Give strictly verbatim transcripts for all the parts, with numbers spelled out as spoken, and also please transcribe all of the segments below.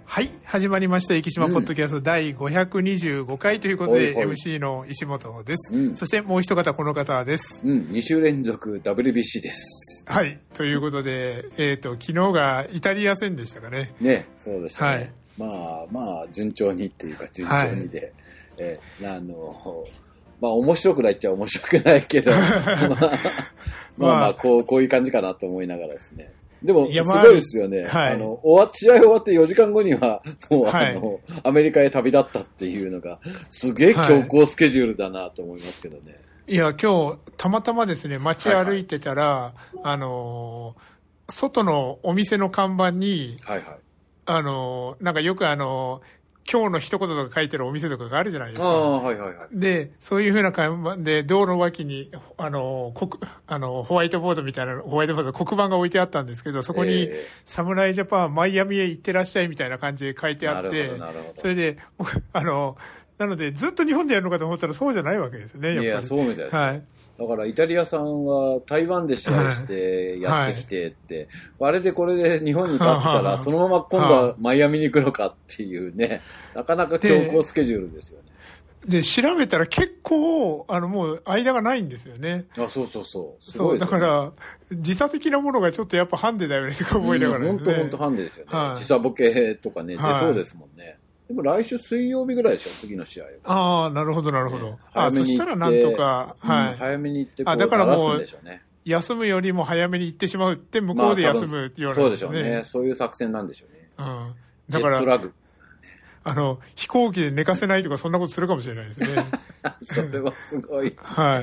はい、始まりました生島ポッドキャスト、うん、だいごひゃくにじゅうごかいということで、はいはい、エムシー の石本です、うん、そしてもう一方この方です、 うん、に週連続 ダブリュービーシー です。 はい、ということで、えーと、昨日がイタリア戦でしたかね。 ね、そうでしたね、はい、まあまあ順調にっていうか順調にで、はい、えー、あのまあ面白くないっちゃ面白くないけどまあまあまあこう、こういう感じかなと思いながらですね。でも、すごいですよね。はい、あの、終わ、試合終わってよじかんごには、もう、はい、あの、アメリカへ旅立ったっていうのが、すげえ強行スケジュールだなと思いますけどね。 はい、いや、今日、たまたまですね、街歩いてたら、はいはい、あの、外のお店の看板に、はいはい、あの、なんかよくあの、今日の一言とか書いてるお店とかがあるじゃないですか。 あ、はいはいはい、 で、そういう風な看板で、道路脇に、あの、国、あの、ホワイトボードみたいな、ホワイトボード、黒板が置いてあったんですけど、そこに、侍ジャパン、マイアミへ行ってらっしゃいみたいな感じで書いてあって、それで、あの、なので、ずっと日本でやるのかと思ったらそうじゃないわけですね、やっぱり。 いや、そうみたいです。はい。だからイタリアさんは台湾で試合してやってきてって、はい、あれでこれで日本に勝ってたらそのまま今度はマイアミに行くのかっていうね、なかなか強行スケジュールですよね。 で、調べたら結構、あのもう間がないんですよね。 あ、そうそうそう。 すごいですよね。そう、だから時差的なものがちょっとやっぱハンデだよねとか思いながらですね。 本当本当ハンデですよね。はい、時差ボケとかね、出そうですもんね。でも来週水曜日ぐらいでしょ、次の試合。 ああ、なるほど、なるほど。ね、 あ、 そしたらなんとか、はい、 うん。早めに行ってこう、 あ、だからもう、 でしょうね、 休むよりも早めに行ってしまうって、向こうで休むような、ね、まあ、 そうでしょうね。そういう作戦なんでしょうね。 うん。 だから、ジェットラグ。 あの、飛行機で寝かせないとか、そんなことするかもしれないですね。 それはすごい。 はい。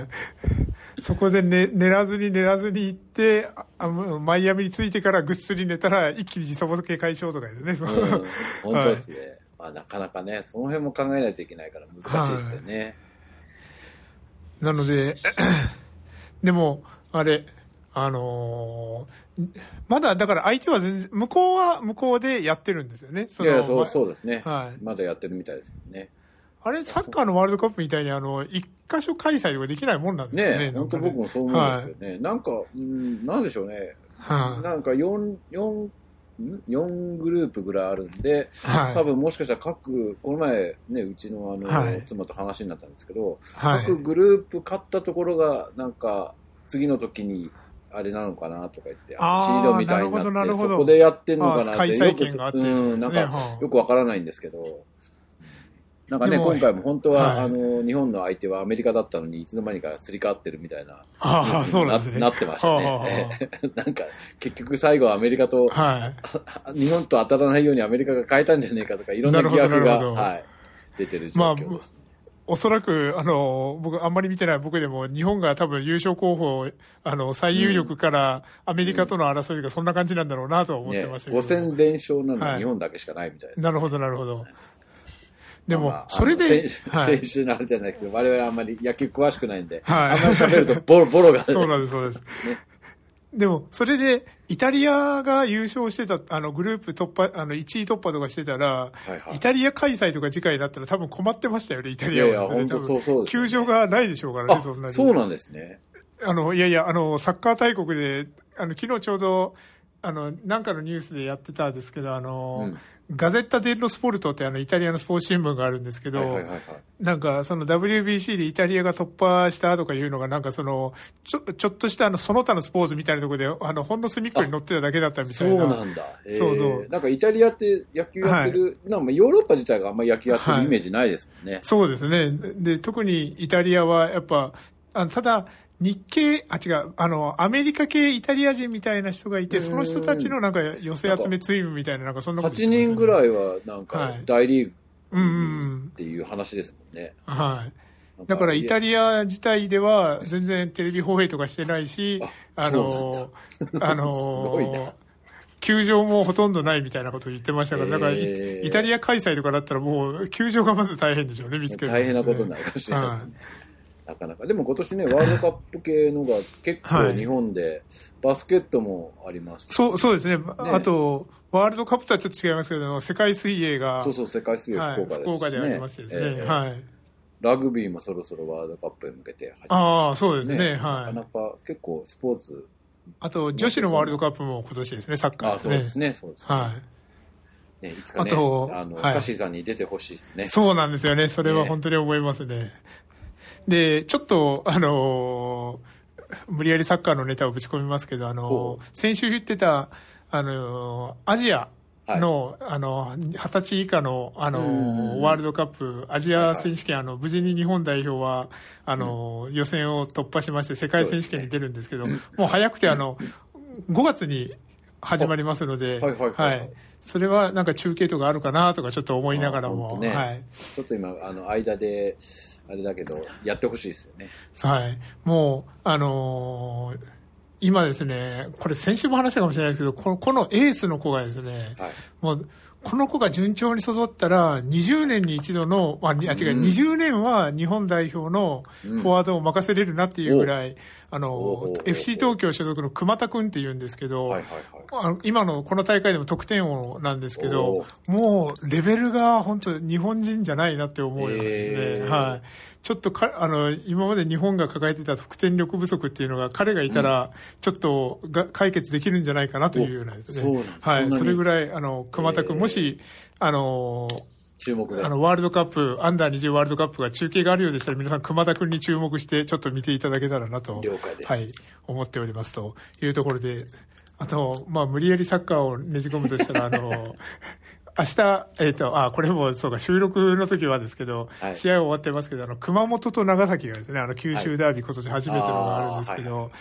そこで寝、寝らずに寝らずに行って、あマイアミに着いてからぐっすり寝たら、一気に時差ボケ解消とかですね。 うん、本当ですね。はい、まあ、なかなかね、その辺も考えないといけないから難しいですよね。はい、 なので、でも、あれ、あのー、まだだから相手は全然、向こうは向こうでやってるんですよね。 そのいやそう、そうですね、 はい。 まだやってるみたいですけどね。 あれ、サッカーのワールドカップみたいにあの、一箇所開催とかできないもんなんですよね。 ね、本当僕もそう思うんですよね。はい、なんか、うん、なんでしょうね。はい、なんかよん、よん、よんグループぐらいあるんで、はい、多分もしかしたら各、この前ね、うちのあの、はい、妻と話になったんですけど、はい、各グループ勝ったところが、なんか、次の時に、あれなのかなとか言って、シードみたいになって、そこでやってんのかなって、 開催権があって、ね、 うん、なんか、よくわからないんですけど、なんかね、今回も本当は、はい、あの、日本の相手はアメリカだったのに、いつの間にかすり替わってるみたいな、 ああ、そうなんですね。 なってましたね。なんか、結局最後はアメリカと、はい、日本と当たらないようにアメリカが変えたんじゃねえかとか、いろんな疑惑が、はい、出てる状況です。まあおそらく、あの、僕、あんまり見てない僕でも、日本が多分優勝候補、あの、最有力からアメリカとの争いがそんな感じなんだろうなとは思ってましたけど。 ね、ご戦全勝なのは日本だけしかないみたいです、ね。 なるほど、なるほど。でも、まあ、それで、 先週のあるじゃないですけど、はい、我々あんまり野球詳しくないんで、はい、あんまり喋るとボロ、ボロが、ね。 そうなんです、そうです。ね、でも、それで、イタリアが優勝してた、あの、グループ突破、あの、いちい突破とかしてたら、はいはい、イタリア開催とか次回だったら多分困ってましたよね、イタリアは。 いやいや、本当そうそうです、 ね。球場がないでしょうからね、そんなに。 そうなんですね。 あの、いやいや、あの、サッカー大国で、あの、昨日ちょうど、あの、なんかのニュースでやってたんですけど、あの、うんガゼッタ・デッロ・スポルトってあのイタリアのスポーツ新聞があるんですけど、はいはいはいはい、なんかその ダブリュービーシー でイタリアが突破したとかいうのがなんかそのちょちょっとしたあのその他のスポーツみたいなところであのほんの隅っこに載ってただけだったみたいな。 そうなんだ。 そうそう。 なんかイタリアって野球やってる、はい、なんかヨーロッパ自体があんまり野球やってるイメージないですもんね。はい、 そうですね。で特にイタリアはやっぱあのただ日系、あ、違う、あの、アメリカ系イタリア人みたいな人がいて、その人たちのなんか寄せ集めチームみたいな、なんかそんなこと、ね。 はちにんぐらいはなんか大リーグっていう話ですもんね。 はい。だからイタリア自体では全然テレビ放映とかしてないし、あ, あの、あの、すごいな。球場もほとんどないみたいなことを言ってましたから、だからイタリア開催とかだったらもう球場がまず大変でしょうね、見つける、ね。 大変なことになるかもしれないですね。はいなかなか。でも今年ね、ワールドカップ系のが結構日本で、バスケットもあります、 はい。そう、そうですね。ねあと、ワールドカップとはちょっと違いますけど、世界水泳が。 そうそう、世界水泳福岡です、ねはい、 福岡でありますですね、えー。はい。 ラグビーもそろそろワールドカップへ向けて始まって、ね。 ああ、そうですね。はい。なかなか結構スポーツ。 あと、女子のワールドカップも今年ですね、サッカーですね。 あそうですね、そうですね。 はい。 ね、いつかね、あと、あの、はい、カッシーさんに出てほしいですね。 そうなんですよね。それは本当に思いますね。ねで、ちょっと、あのー、無理やりサッカーのネタをぶち込みますけど、あのー、先週言ってた、あのー、アジアの、はい、あの、二十歳以下の、あの、ワールドカップ、アジア選手権、あの、無事に日本代表は、あの、予選を突破しまして、世界選手権に出るんですけど、もう早くて、あの、ごがつに始まりますので、 はいはいはい。 それはなんか中継とかあるかなとかちょっと思いながらも、 ね、 はい。 ちょっと今、あの、間で、あれだけど、やってほしいですよね。 はい。もう、あのー、今ですね、これ先週も話したかもしれないですけど、この、このエースの子がですね、はい、もう、この子が順調に育ったら、にじゅうねんに一度の、あ、あ違う、にじゅうねんは日本代表のフォワードを任せれるなっていうぐらい、うん、あの、エフシー 東京所属の熊田くんって言うんですけど、はいはいはい、あの今のこの大会でも得点王なんですけど、もうレベルが本当日本人じゃないなって思うようなですね、はい。ちょっとか、あの、今まで日本が抱えてた得点力不足っていうのが彼がいたら、ちょっとが解決できるんじゃないかなというようなですね。 そうなんです。 はい。それぐらい、あの、熊田くん、もし、あの、 注目で。 あの、ワールドカップ、アンダーにじゅうワールドカップが中継があるようでしたら、皆さん熊田くんに注目して、ちょっと見ていただけたらなと。 了解です。 はい。思っておりますというところで、あと、まあ、無理やりサッカーをねじ込むとしたら、あの、明日、えっ、ー、と、あ、これもそうか、収録の時はですけど、はい、試合は終わってますけど、あの、熊本と長崎がですね、あの、九州ダービー、はい、今年初めてのがあるんですけど、はい、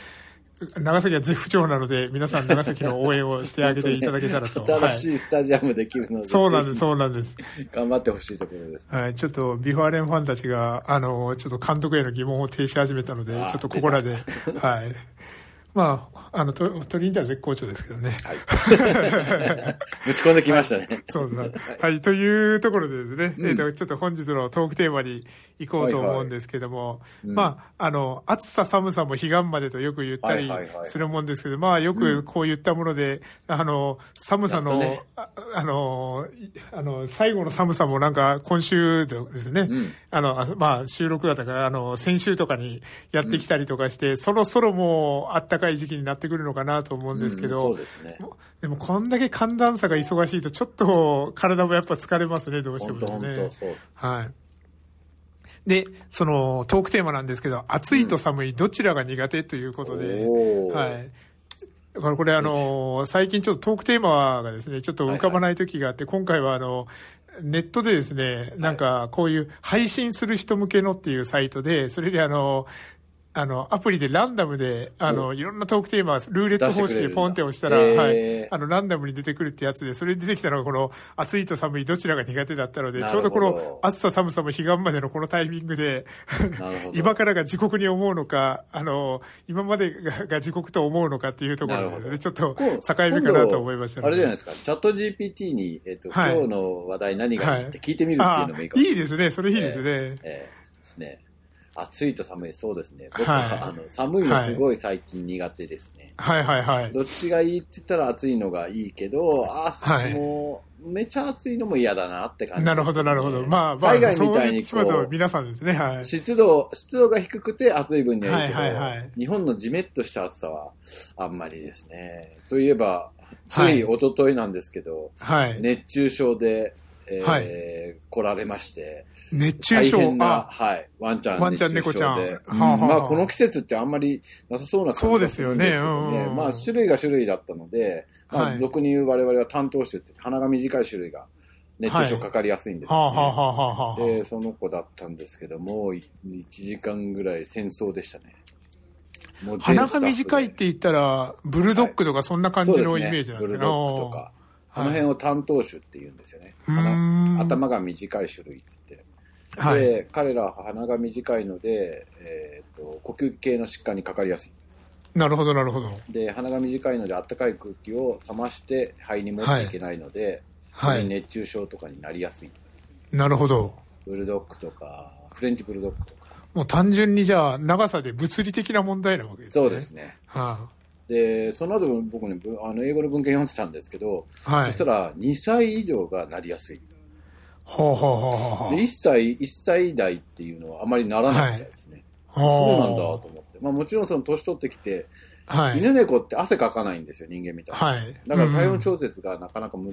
長崎は絶不調なので、皆さん長崎の応援をしてあげていただけたらと。 新しいスタジアムできるので、はい、 そうなんです、そうなんです。 頑張ってほしいところです、 ね。はい、ちょっと、ビファーレンファンたちが、あの、ちょっと監督への疑問を呈し始めたので、ちょっとここらで、はい。まあ、あの、トリニダは絶好調ですけどね。はい。 ぶち込んできましたね。 はい、そうですね。はい、というところでですね、うん、えっと、ちょっと本日のトークテーマに行こうと思うんですけども、はいはい、まあ、あの、暑さ寒さも彼岸までとよく言ったりするもんですけど、まあ、よくこう言ったもので、あの、寒さの、ね、あ, あの、あの、最後の寒さもなんか今週ですね、うん、あの、まあ、収録だったから、あの、先週とかにやってきたりとかして、うん、そろそろもうあったかい時期になってくるのかなと思うんですけど、 うん、そうですね。 でもこんだけ寒暖差が忙しいとちょっと体もやっぱ疲れますね、どうしてもね。 本当本当そうです。 はい。で、そのトークテーマなんですけど、暑いと寒いどちらが苦手ということで、うん、はい。だからこれあの、最近ちょっとトークテーマがですね、ちょっと浮かばない時があって、はいはい、今回はあの、ネットでですね、なんかこういう配信する人向けのっていうサイトで、それであの、あの、アプリでランダムで、あの、いろんなトークテーマ、ルーレット方式でポンって押したら、はい、あの、ランダムに出てくるってやつで、それで出てきたのがこの、暑いと寒いどちらが苦手だったので、ちょうどこの暑さ寒さも彼岸までのこのタイミングで、今からが時刻に思うのか、あの、今までが時刻と思うのかっていうところで、ね、ちょっと境目かなと思いましたので。 あれじゃないですか、チャット ジーピーティー に、えっと、はい、今日の話題何がいいって聞いてみるっていうのもいいかもしれない。 いいですね、それいいですね。えー、 えー、ですね。暑いと寒い、そうですね。僕は、はい、あの、寒いのすごい最近苦手ですね。 はいはいはい。 どっちがいいって言ったら暑いのがいいけど、あ、はい、もう、めちゃ暑いのも嫌だなって感じ、ね。 なるほどなるほど。まあ、まあ、 海外みたいにこう、 皆さんですね、はい。 湿度、湿度が低くて暑い分にはいいけど、 はいはいはい、 日本のジメッとした暑さはあんまりですね。といえば、つい一昨日なんですけど、はい、熱中症で、えーはい、来られまして。 熱中症。 大変な、はい。ワンちゃん熱中症で。ワンちゃん猫ちゃん。うん、はあはあ、まあ、この季節ってあんまりなさそうな感じですけどね。そうですよね。うんうん、まあ、種類が種類だったので、まあ、俗に言う我々は担当種って、鼻が短い種類が熱中症かかりやすいんですよね。はい、で、その子だったんですけども、いちじかんぐらい戦争でしたね。 もう鼻が短いって言ったら、ブルドッグとかそんな感じのイメージなんですか、ね、 ブルドッグとか。この辺を担当種って言うんですよね。鼻頭が短い種類っつって。はい、で、彼らは鼻が短いので、えーと、呼吸系の疾患にかかりやすいんです。 なるほど、なるほど。 で、鼻が短いので、暖かい空気を冷まして肺に持っていけないので、はい、熱中症とかになりやすい。 なるほど。 ブルドッグとか、フレンチブルドッグとか。 もう単純にじゃあ、長さで物理的な問題なわけですね。 そうですね。はあ、で、その後僕ね、あの、英語の文献読んでたんですけど、はい、そしたらにさい以上がなりやすい。 ほうほうほうほう。 で、いっさい、いっさい代っていうのはあまりならないみたいですね。はい、そうなんだと思って。まあもちろんその年取ってきて、はい、犬猫って汗かかないんですよ、人間みたいに。はい、だから体温調節がなかなかむず、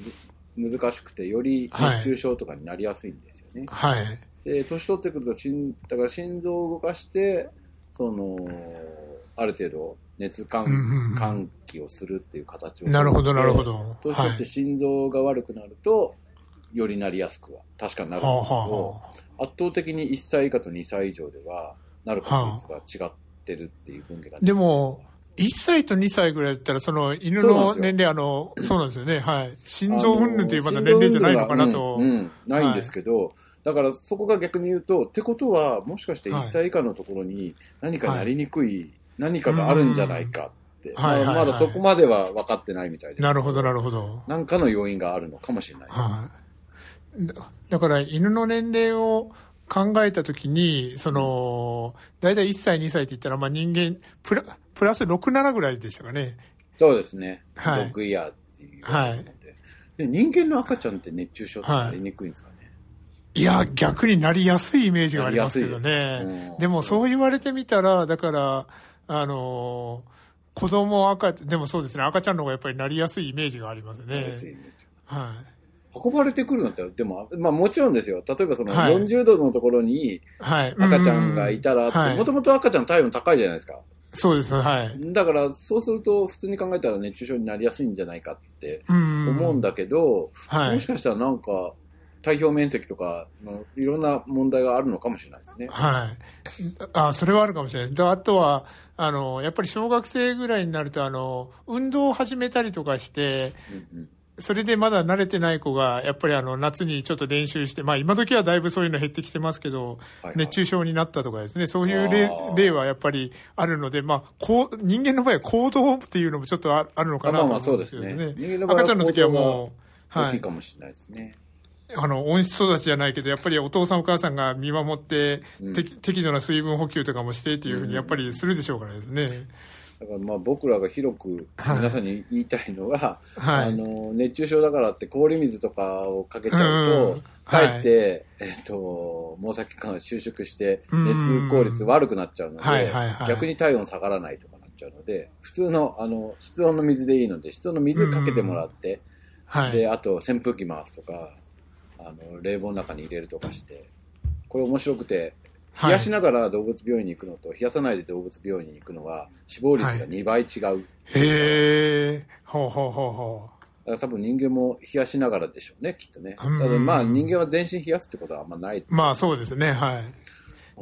難しくて、より熱中症とかになりやすいんですよね。 はい。 で、年取ってくると、心だから心臓を動かして、その、ある程度、熱換、換気をするっていう形を。 なるほど、なるほど。 年取って心臓が悪くなると、よりなりやすくは、確かになるんですけど、はあはあ、圧倒的にいっさい以下とにさい以上では、なる確率が違ってるっていう分岐が、ね。 でも、いっさいとにさいぐらいだったら、その犬の年齢、あの、そうなんですよね。はい。心臓云々というまだ年齢じゃないのかなと。 うん、うん、ないんですけど、はい、だからそこが逆に言うと、ってことは、もしかしていっさい以下のところに何かなりにくい何かがあるんじゃないかって。はい、まあ、まだそこまでは分かってないみたいです。 なるほど、なるほど。 なんかの要因があるのかもしれないです。はい。 だから犬の年齢を考えたときに、その、だいたいいっさい、にさいって言ったら、まあ人間、プラ、プラスろく、ななぐらいでしたかね。 そうですね。 はい。 ドッグイヤーっていう。 はい。 で、人間の赤ちゃんって熱中症ってなりにくいんですかね。はい、 いや、逆になりやすいイメージがありますけどね。で, でもそう言われてみたら、だから、あのー、子供赤、でもそうですね、赤ちゃんの方がやっぱりなりやすいイメージがありますね。なりやすいイメージ。はい。 運ばれてくるのって、でも、まあもちろんですよ。例えばそのよんじゅうどのところに赤ちゃんがいたらって、もともと赤ちゃん体温高いじゃないですか。 そうです、はい。 だからそうすると普通に考えたら熱中症になりやすいんじゃないかって思うんだけど、はい、もしかしたらなんか体表面積とかのいろんな問題があるのかもしれないですね。 はい。あ、それはあるかもしれない。あとは、あの、やっぱり小学生ぐらいになると、あの、運動を始めたりとかして、うんうん、それでまだ慣れてない子が、やっぱりあの、夏にちょっと練習して、まあ今時はだいぶそういうの減ってきてますけど、はいはい、熱中症になったとかですね、そういう例、例はやっぱりあるので、まあ、こう、人間の場合は行動っていうのもちょっとあるのかなと思うんですけどね。まあまあそうですね。赤ちゃんの時はもう、はい。大きいかもしれないですね。 あの、温室育ちじゃないけど、やっぱりお父さんお母さんが見守って、うん、適度な水分補給とかもしてっていうふうにやっぱりするでしょうからですね。うんだからまあ僕らが広く皆さんに言いたいのは、はい、あの熱中症だからって氷水とかをかけちゃうと、うん、かえって、はい、えっと、毛細血管が収縮して熱効率悪くなっちゃうので、逆に体温下がらないとかなっちゃうので、普通のあの室温の水でいいので、室温の水かけてもらって、はい、で、あと扇風機回すとか、あの冷房の中に入れるとかして、これ面白くて、冷やしながら動物病院に行くのと、冷やさないで動物病院に行くのは死亡率がにばい違う。はい、 へー。ほうほうほうほう。 だから多分人間も冷やしながらでしょうね、きっとね。ただまあ人間は全身冷やすってことはあんまない。 まあそうですね、はい。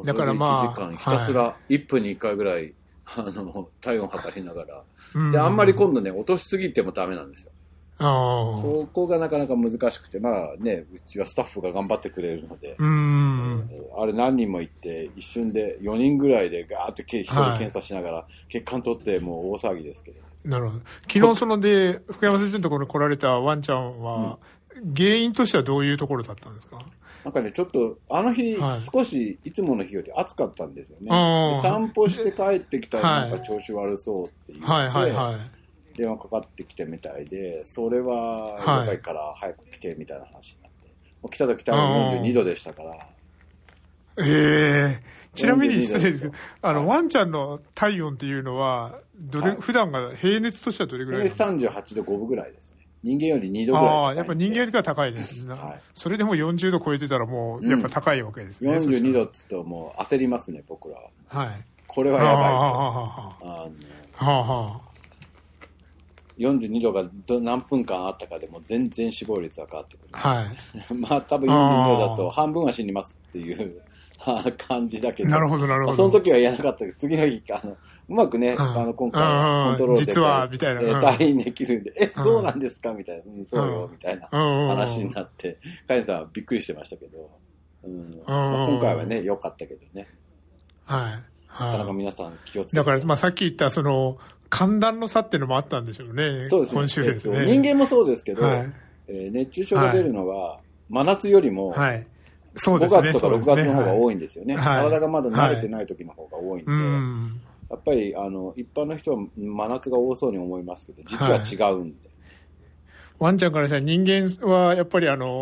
だからまあ。 いちじかんひたすらいっぷんにいっかいぐらい、あの、体温測りながら。で、あんまり今度ね、落としすぎてもダメなんですよ。そこがなかなか難しくて、まあね、うちはスタッフが頑張ってくれるので、うんあれ何人も行って、一瞬でよにんぐらいでガーって一人検査しながら、血管取ってもう大騒ぎですけど。 なるほど。昨日そので、福山先生のところに来られたワンちゃんは、うん、原因としてはどういうところだったんですか？ なんかね、ちょっと、あの日、はい、少しいつもの日より暑かったんですよね。で散歩して帰ってきたらなんか調子悪そうって言って、はいはいはいはい電話かかってきてみたいで、それはやばいから早く来てみたいな話になって、もう来た時多分よんじゅうにどでしたから。 ええー、ちなみに失礼ですけど、あの、はい、ワンちゃんの体温っていうのは、どれ、はい、普段が平熱としてはどれぐらいですか？ さんじゅうはちどごぶぐらいですね。人間よりにどぐらい高い。 ああ、やっぱ人間よりか高いですね。はい、それでもよんじゅうど超えてたらもう、やっぱ高いわけですね。 うん、よんじゅうにどっつうともう焦りますね、僕らは。 はい。 これはやばいと。あの、 はあはあよんじゅうにどがど何分間あったかでも全然死亡率が変わってくる。 はい。 まあ多分よんじゅうにどだと半分は死にますっていう感じだけど。 なるほどなるほど。 その時は言えなかったけど、次の日、あの、うまくね、あの、今回コントロールで。 実は、みたいな。 えー、退院できるんで、え、そうなんですかみたいな。うん、そうよ、みたいな話になって、カインさんはびっくりしてましたけど、うんまあ、今回はね、良かったけどね。 はい。 なかなか皆さん気をつけて。 だから、まあさっき言った、その、寒暖の差っていうのもあったんでしょうね。 そうですね。 今週ですね。 えっと、人間もそうですけど、はいえー、熱中症が出るのは、真夏よりも、はい、そうですね。ごがつとかろくがつの方が多いんですよね。はい、体がまだ慣れてない時の方が多いんで、はい、やっぱり、あの、一般の人は真夏が多そうに思いますけど、実は違うんで。はい、 ワンちゃんからしたら人間はやっぱりあの、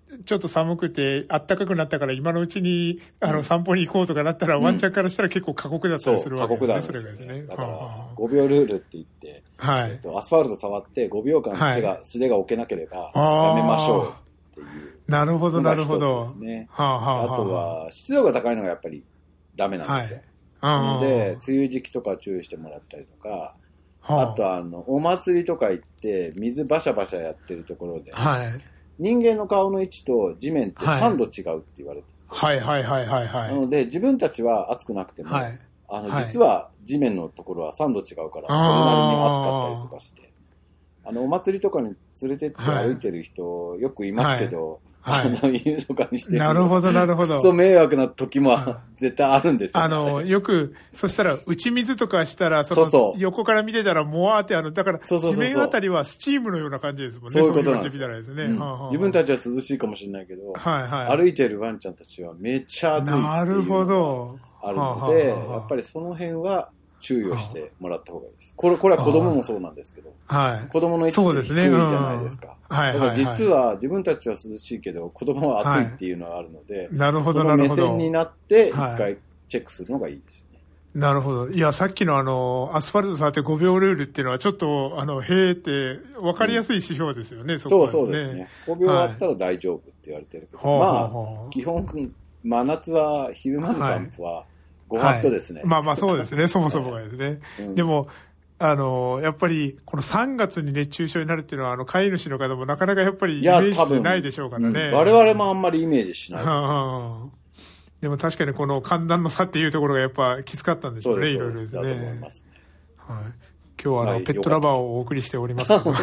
ちょっと寒くて暖かくなったから今のうちにあの散歩に行こうとかなったら、うん、ワンちゃんからしたら結構過酷だったりするわけですね。 そう過酷なんですよね。だからごびょうルールって言って、はい、えっと、アスファルト触ってごびょうかん手が、はい、素手が置けなければやめましょうっていうなるほどなるほど。 ですね。はあはあ、あとは湿度が高いのがやっぱりダメなんですよ。はい、なので梅雨時期とか注意してもらったりとか、はあ、あとあのお祭りとか行って水バシャバシャやってるところで、はい、人間の顔の位置と地面ってさんど違うって言われてるんですよ。 はいはいはいはいはい。 なので自分たちは暑くなくても、はい、あの実は地面のところはさんど違うから、それなりに暑かったりとかして、あのお祭りとかに連れてって歩いてる人、はい、よくいますけど、はい、あの犬とかにしてなるほどなるほど。 くそ迷惑な時も絶対あるんですよ、ね。 あのよくそしたら打ち水とかしたらそのそうそう横から見てたらもわーってあのだから地面あたりはスチームのような感じですもんね。 そういうことなんです。 そういうですね、 うんはあはあ。自分たちは涼しいかもしれないけど、はいはい、歩いてるワンちゃんたちはめっちゃ暑いっていうのがあるので、はあはあ、やっぱりその辺は注意をしてもらった方がいいです。これ、これは子供もそうなんですけど、はい、子供の位置って低いじゃないですか。だから実は自分たちは涼しいけど子供は暑いっていうのがあるので、はい、なるほどなるほど。その目線になって一回チェックするのがいいですよね。 なるほど。いや、さっきのあの、アスファルト触ってごびょうルールっていうのはちょっと、あの、へーって分かりやすい指標ですよね、うん、そこはですね。そうそうですね。ごびょうあったら大丈夫って言われてるけど、はい、まあ、基本、真夏は昼間の散歩はごワットですね。はい、 まあまあそうですね、そもそもがですね。うん、でも、あの、やっぱり、このさんがつに熱中症になるっていうのは、あの、飼い主の方もなかなかやっぱりイメージでないでしょうからね。 うん、我々もあんまりイメージしないです、ね。 でも確かにこの寒暖の差っていうところがやっぱきつかったんでしょうね、いろいろですね。だと思いますね。はい。今日はあの、はい、ペットラバーをお送りしておりますけど。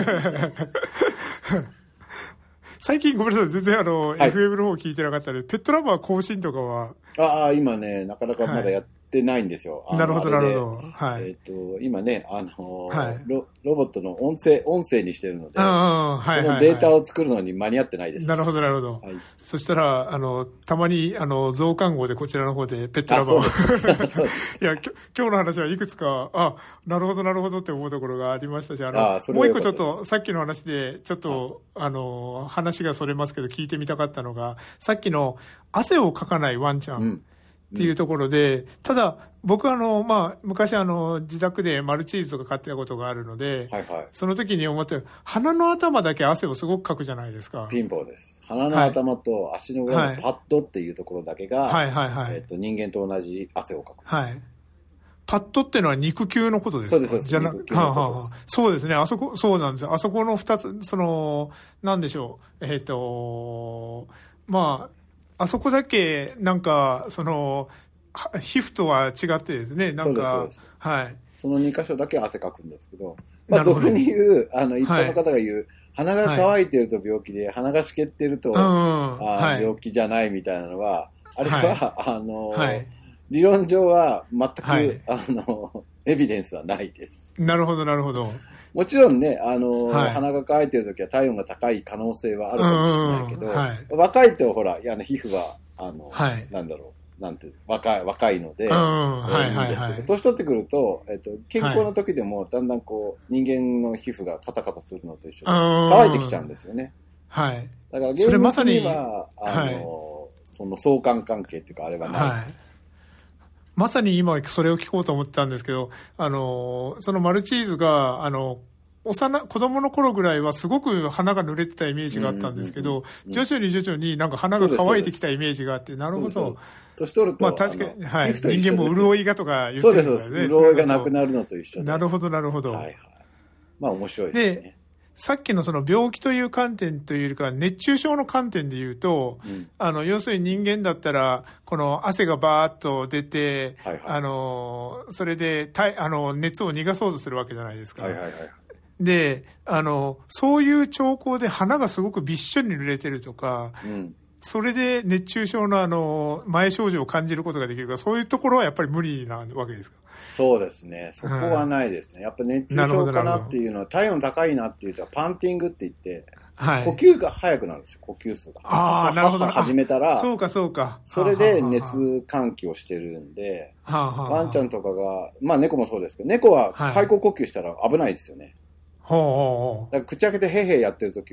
最近ごめんなさい、全然あの、はい、エフエム の方聞いてなかったので、ペットラバー更新とかはああ、今ね、なかなかまだやってないんですよ。 はい、なるほど、なるほど。 はい。えっ、ー、と、今ね、あのーはい、ロ、ロボットの音声、音声にしてるので、はい、そのデータを作るのに間に合ってないです。 なるほど、なるほど。はい、そしたら、あの、たまに、あの、増刊号でこちらの方でペットラバーを。いや、今日の話はいくつか、あ、なるほど、なるほどって思うところがありましたし、あの、あもう一個ちょっと、さっきの話で、ちょっと、あの、話がそれますけど、聞いてみたかったのが、さっきの汗をかかないワンちゃん。うんっていうところで、ただ、僕はあの、まあ、昔あの、自宅でマルチーズとか買ってたことがあるので、はいはい、その時に思って、鼻の頭だけ汗をすごくかくじゃないですか。 ピンポンです。鼻の頭と足の裏のパッドっていうところだけが、はいはいはい、えっと、人間と同じ汗をかく。はい。 パッドっていうのは肉球のことですか？ そうです、そうです。じゃな、はあはあ、そうですね。あそこ、そうなんですよ。あそこの二つ、その、なんでしょう。えっと、まあ、あそこだけ、なんか、その、皮膚とは違ってですね、なんか、そうです、はい。 そのに箇所だけ汗かくんですけど、まあ、俗に言う、あの、一般の方が言う、はい、鼻が乾いてると病気で、はい、鼻がしけってると、あはい、病気じゃないみたいなのは、あれは、はい、あの、はい、理論上は全く、はい、あの、エビデンスはないです。 なるほど、なるほど。 もちろんね、あの、はい、鼻が乾いてるときは体温が高い可能性はあるかもしれないけど、はい、若いとほら、いや、皮膚は、あの、はい、なんだろう、なんて、若い、若いので、いいんですけど、年取ってくると、えっと、健康な時でも、だんだんこう、人間の皮膚がカタカタするのと一緒に乾いてきちゃうんですよね。はい。だから、厳密には、あの、その相関関係っていうか、あれはない。はいまさに今それを聞こうと思ってたんですけど、あの、そのマルチーズが、あの、幼、子供の頃ぐらいはすごく鼻が濡れてたイメージがあったんですけど、徐々に徐々になんか鼻が乾いてきたイメージがあって、なるほど。 年取ると、 まあ確かに、はい。人間も潤いがとか言ってるんですね。そうです、そうです。潤いがなくなるのと一緒で。 なるほど、なるほど。はいはい。 まあ面白いですね。でさっきのその病気という観点というよりか熱中症の観点で言うと、うん、あの要するに人間だったらこの汗がバーッと出て、はいはい、あのそれであの熱を逃がそうとするわけじゃないですか。はいはいはい、であのそういう兆候で鼻がすごくびっしょり濡れてるとか、うん、それで熱中症のあの前症状を感じることができるから、そういうところはやっぱり無理なわけですか？ そうですね。そこはないですね。うん、やっぱ熱中症かなっていうのは、体温高いなっていうと、パンティングって言って、はい、呼吸が早くなるんですよ、呼吸数が。ああ、なるほど。始めたら、 そうかそうか。 それで熱換気をしてるんで、はあはあ、ワンちゃんとかが、まあ猫もそうですけど、猫は開口呼吸したら危ないですよね。ほうほうほう。だから口開けてへーへーやってるときは、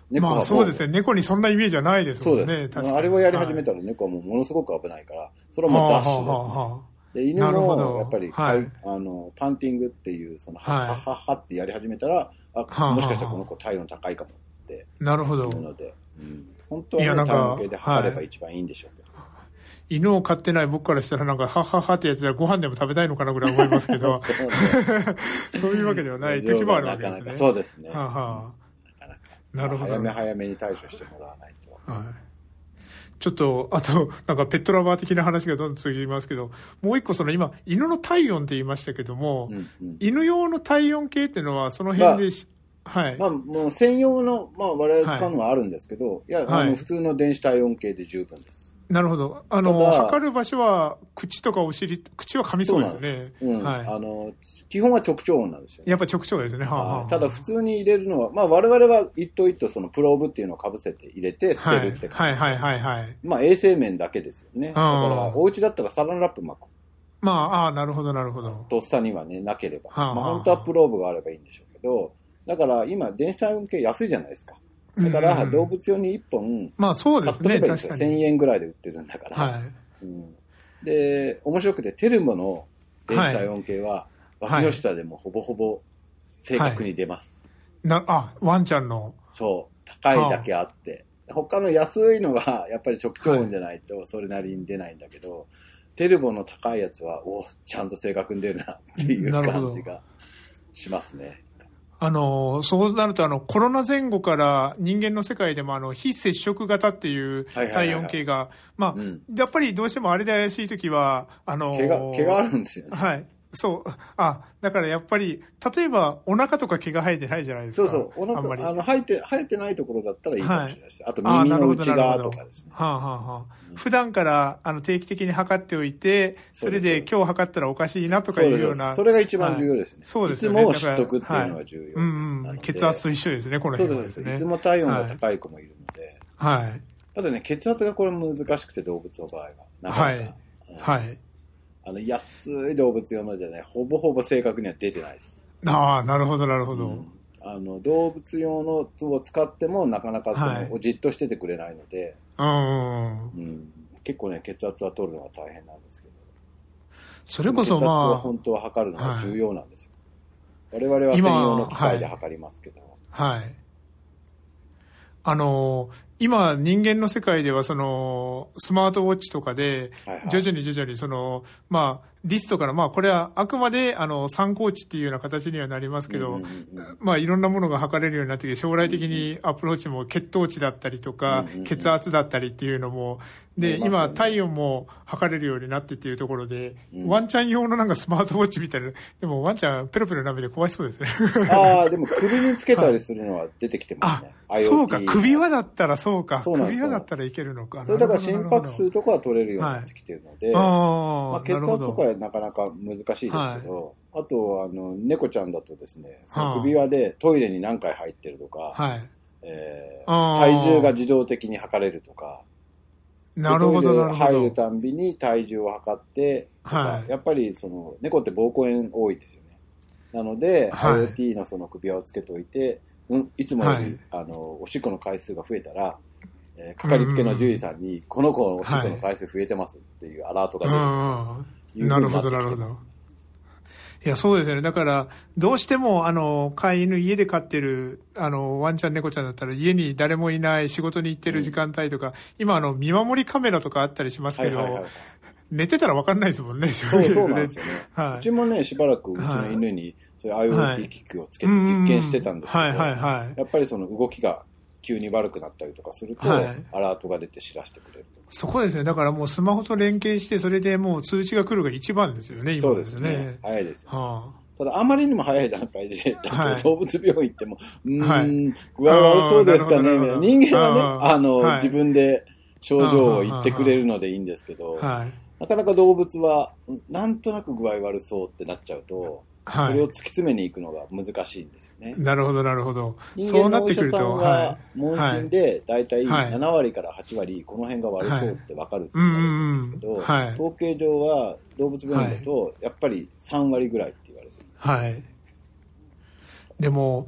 猫はまあそうですね。猫にそんなイメージはないですもんね。 そうです。 確かにあれをやり始めたら猫はもうものすごく危ないから、それはもうダッシュですね。はあはあはあ、で犬もやっぱり、はい、あのパンティングっていうそのハッハッハッハってやり始めたら、あ、はあ、もしかしたらこの子体温高いかもってなるほど。 いうので、うん、本当はね体温計で測れば一番いいんでしょうけど。 犬を飼ってない僕からしたらなんかハッハッハってやってたらご飯でも食べたいのかなぐらい思いますけどそう、ね、そういうわけではない時もあるわけですね。 なかなかそうですね。 はあはあ、 なかなかなるほど。 早め早めに対処してもらわないと。 はい。ちょっと、あと、なんかペットラバー的な話がどんどん続きますけど、もう一個その今、犬の体温って言いましたけども、うんうん、犬用の体温計っていうのはその辺で、まあ、はい。 まあ、もう専用の、まあ我々使うのはあるんですけど、はい、いや、あの、普通の電子体温計で十分です。 なるほど。あの、測る場所は、口とかお尻、口は噛みそうですね。 そうなんです。うん。はい。あの、基本は直腸温なんですよ、ね。 やっぱ直腸ですね。はあはあ、 ただ普通に入れるのは、まあ我々は一頭一頭そのプローブっていうのを被せて入れて捨てるって感じ。 はい、はい、はいはい。 まあ衛生面だけですよね。だからお家だったらサランラップ巻く。 まあ、ああ、なるほど、なるほど。 とっさにはね、なければ。はあはあ、まあ本当はプローブがあればいいんでしょうけど、だから今電子体温計安いじゃないですか。だから動物用にいっぽんまあそうですね、確かにせんえんぐらいで売ってるんだから、はい、うん、で面白くてテルモの電子体温計は、はい、脇の下でもほぼほぼ正確に出ます、 はい、なあワンちゃんのそう高いだけあって、はあ、他の安いのがやっぱり直腸温じゃないとそれなりに出ないんだけど、はい、テルモの高いやつはおちゃんと正確に出るなっていう感じがしますね。 あの、そうなると、あの、コロナ前後から人間の世界でも、あの、非接触型っていう体温計が、まあ、うん、やっぱりどうしてもあれで怪しいときは、あの、 毛が、毛があるんですよね。 はい。そう。あ、だからやっぱり、例えば、お腹とか毛が生えてないじゃないですか。 そうそう。お腹、あんまりあの、生えて、生えてないところだったらいいかもしれないです。はい、あと、耳の内側とかですね。 はあ、はあはあうん、普段から、あの、定期的に測っておいて、それで今日測ったらおかしいなとかいうような。 それが一番重要ですね。はい、 そうですね。 いつも知っとくっていうのが重要。はい、 うんうん。血圧と一緒ですね、この辺はですね。 そうです。いつも体温が高い子もいるので。 はい。 ただね、血圧がこれ難しくて、動物の場合は。なかなか。 はい。はい。 あの、安い動物用のじゃね、ほぼほぼ正確には出てないです。 ああ、なるほど、なるほど。うん、 あの、動物用のを使っても、なかなかその、はい、じっとしててくれないので、 うん、 うん、結構ね、血圧は取るのが大変なんですけど。 それこそまあ。血圧は本当は測るのが重要なんですよ。はい、我々は専用の機械で測りますけど。 はい。はい、あのー、今人間の世界ではそのスマートウォッチとかで徐々に徐々にそのまあリストからまあこれはあくまであの参考値っていうような形にはなりますけど、まあいろんなものが測れるようになってきて将来的にアプローチも血糖値だったりとか血圧だったりっていうのもで今体温も測れるようになってっていうところでワンちゃん用のなんかスマートウォッチみたいなでもワンちゃんペロペロ舐めて怖いそうですね。 ああでも首につけたりするのは出てきてますね。 あそうか首輪だったらそうか。そう首輪だったらいけるのか。 それだから心拍数とかは取れるようになってきてるので、はい、あまあ、血圧とかはなかなか難しいですけど、はい、あとあの猫ちゃんだとですね、その首輪でトイレに何回入ってるとか、はいえー、体重が自動的に測れるとか、 なるほどなるほど。 入るたんびに体重を測ってとか、はい、やっぱりその猫って膀胱炎多いですよね。なので、はい、IoT のその首輪をつけておいて、うん、いつもより、はい、あのおしっこの回数が増えたら、えー、かかりつけの獣医さんに、この子のおしっこの回数増えてますっていうアラートが出る、 はい、なるほどなるほど。いやそうですよね。だからどうしてもあの飼い犬家で飼ってるあのワンちゃん猫ちゃんだったら家に誰もいない仕事に行ってる時間帯とか、うん、今あの見守りカメラとかあったりしますけど、はいはいはいはい、寝てたら分かんないですもんね。 そうそうなんですよね。はい、うちもねしばらくうちの犬にそういう IoT 機器をつけて実験してたんですけど、はいはいはい、やっぱりその動きが急に悪くなったりとかすると、はい、アラートが出て知らせてくれると。 そこですね。だからもうスマホと連携してそれでもう通知が来るが一番ですよね。今ですね。 そうですね。早いですよ、ね。はあただあまりにも早い段階で、はい、動物病院行っても、うーん、はい、具合悪そうですかね、みたいな。人間はね、あ, あの、はい、自分で症状を言ってくれるのでいいんですけど、はい、なかなか動物は、なんとなく具合悪そうってなっちゃうと、はい、それを突き詰めに行くのが難しいんですよね。 なるほど、なるほど。 人間のお医者さんは、問診で、だいたいななわりからはちわり、この辺が悪そうって分かるって言われるんですけど、はい、統計上は動物病院だと、やっぱりさんわりぐらいって言われてる。 はい。でも、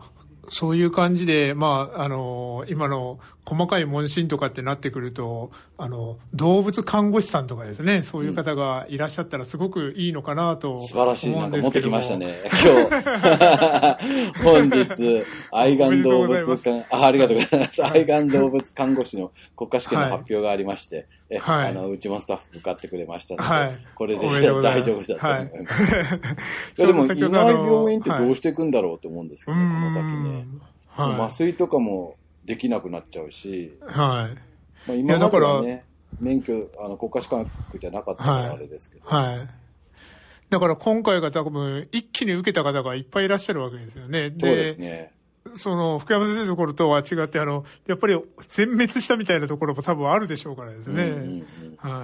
そういう感じで、まあ、あの、今の細かい問診とかってなってくると、あの、動物看護師さんとかですね、そういう方がいらっしゃったらすごくいいのかなと思うんですけど、うん、素晴らしい、なんか持ってきましたね、 今日。本日、愛玩動物看、あ、ありがとうございます。愛玩動物看護師の国家試験の発表がありまして、はい、えあのうちもスタッフ受かってくれましたので、はい、これで大丈夫だと思います。はい、でも、いない病院ってどうしていくんだろうと思うんですけど、ね、はい、この先ね。はい、麻酔とかもできなくなっちゃうし、はい。まあ、今まではね、免許、あの、国家資格じゃなかったからあれですけど。 はい。はい、だから今回が多分、一気に受けた方がいっぱいいらっしゃるわけですよね。 でそうですね。 その、福山先生のところとは違って、あの、やっぱり全滅したみたいなところも多分あるでしょうからですね。うんうんうん、はい。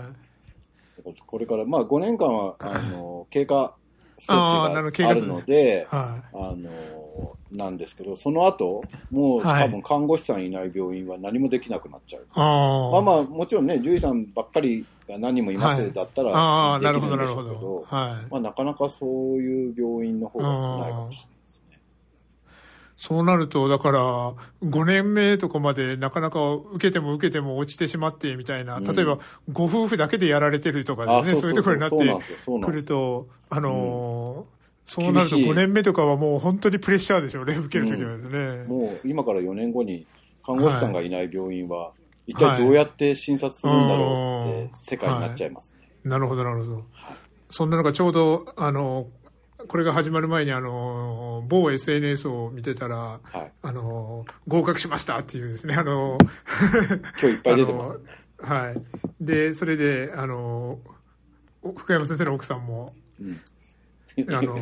これから、まあごねんかんは、あの、経過措置があるので、あ, はい、あの、なんですけど、その後、もう多分看護師さんいない病院は何もできなくなっちゃう。はい、まあまあ、もちろんね、獣医さんばっかりが何人もいますだったらできるんでしょうけど、はい、まあなかなかそういう病院の方が少ないかもしれないですね。 そうなると、だから、ごねんめとかまでなかなか受けても受けても落ちてしまってみたいな、例えば、ご夫婦だけでやられてるとかでね、そういうところになってくると、あのー、うんそうなるとごねんめとかはもう本当にプレッシャーでしょうね、受けるときはですね、 うん。もう今からよねんごに看護師さんがいない病院は、一体どうやって診察するんだろうって世界になっちゃいますね。はい、 なるほど、なるほど。はい、そんな中ちょうど、あの、これが始まる前にあの、某 エスエヌエス を見てたら、はい、あの、合格しましたっていうですね、あの、 今日いっぱい出てますね。 はい。で、それで、あの、福山先生の奥さんも、うんあの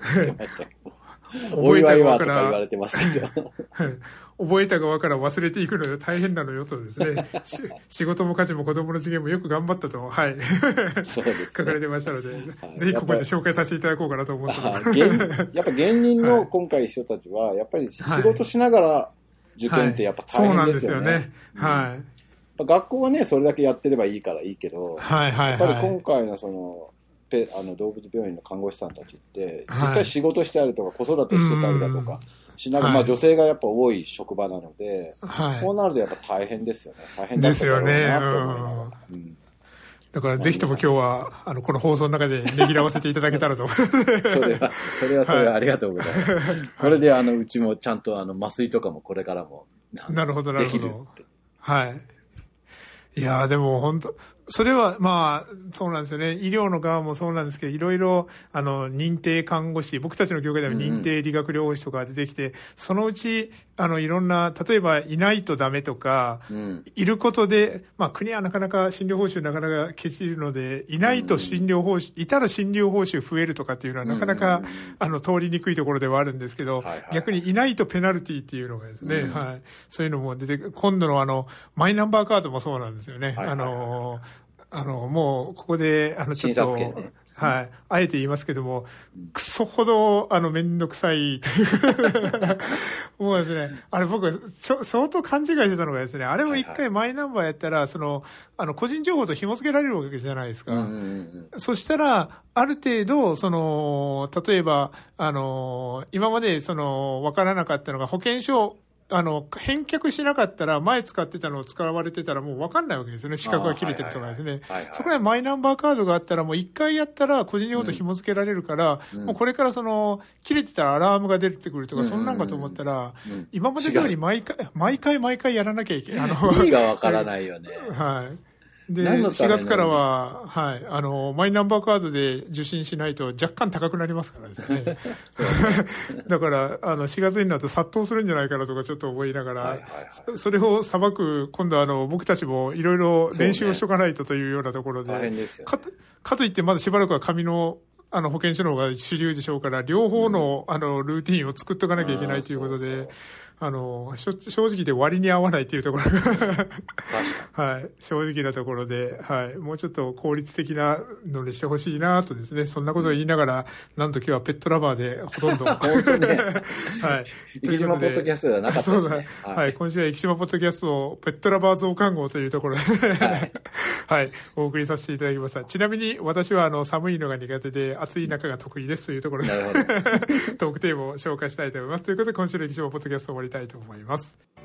お祝いはとか言われてますけど覚えた側から忘れていくので大変なのよとですね仕事も家事も子供の次元もよく頑張ったと、はいそうです、ね、書かれてましたので、はい、ぜひここで紹介させていただこうかなと思ってます。 やっぱ芸人の今回人たちはやっぱり仕事しながら受験ってやっぱ大変ですよね。はいはい、そうなんですよね。はい、学校はねそれだけやってればいいからいいけど、はいはいはい、やっぱり今回のそのあの動物病院の看護師さんたちって実際仕事してたりとか子育てしてたりだとかしながら、まあ女性がやっぱ多い職場なので、はい、そうなるとやっぱ大変ですよね。大変だっただろうなと思いながら。うん、 だからぜひとも今日はあのこの放送の中でねぎらわせていただけたらとそれはそれはそれはありがとうございます。はい、これであのうちもちゃんとあの麻酔とかもこれからもなるほどなるほどはい。いやーでも本当それはまあそうなんですよね。医療の側もそうなんですけど、いろいろあの認定看護師、僕たちの業界では認定理学療法士とか出てきて、うん、そのうちあのいろんな例えばいないとダメとか、うん、いることでまあ国はなかなか診療報酬なかなかケチるので、いないと診療報酬、うん、いたら診療報酬増えるとかっていうのはなかなか、うん、あの通りにくいところではあるんですけど、はいはいはい、逆にいないとペナルティっていうのがですね、うん、はい、そういうのも出て今度のあのマイナンバーカードもそうなんですよね。はいはいはい、あのあの、もう、ここで、あの、ちょっと、ね、はい、あえて言いますけども、クソほど、あの、めんどくさいという、もうですね、あれ僕、ちょ、相当勘違いしてたのがですね、あれを一回マイナンバーやったら、その、あの、個人情報と紐付けられるわけじゃないですか。うんうんうん、そしたら、ある程度、その、例えば、あの、今まで、その、わからなかったのが、保険証、あの、返却しなかったら、前使ってたのを使われてたらもう分かんないわけですよね。資格が切れてるとかですね。そこでマイナンバーカードがあったら、もう一回やったら個人情報と紐付けられるから、うん、もうこれからその、切れてたらアラームが出てくるとか、うん、そんなんかと思ったら、うん、今まで通り毎回、毎回毎回やらなきゃいけない。あの、 意味が分からないよね。 はい。で、しがつからは、はい、あの、マイナンバーカードで受診しないと若干高くなりますからですね。そうねだから、あの、しがつになると殺到するんじゃないかなとかちょっと思いながら、はいはいはい、それを裁く、今度あの、僕たちもいろいろ練習をしとかないとというようなところで、 大変ですよね、 か、かといってまだしばらくは紙の、あの、保険証の方が主流でしょうから、両方の、うん、あの、ルーティンを作っとかなきゃいけないということで、そうそうあの正直で割に合わないというところがはい、正直なところで、はい、もうちょっと効率的なのにしてほしいなとですね、そんなことを言いながら、うん、なんと今日はペットラバーでほとんど本当ね、 はい、 生島ポッドキャストではなかったですね。 はい、はい、今週は生島ポッドキャストペットラバー増刊号というところではい、はい、お送りさせていただきました。ちなみに私はあの寒いのが苦手で暑い中が得意ですというところでトークテーマを紹介したいと思います。ということで今週の生島ポッドキャストを終わりたいと思います。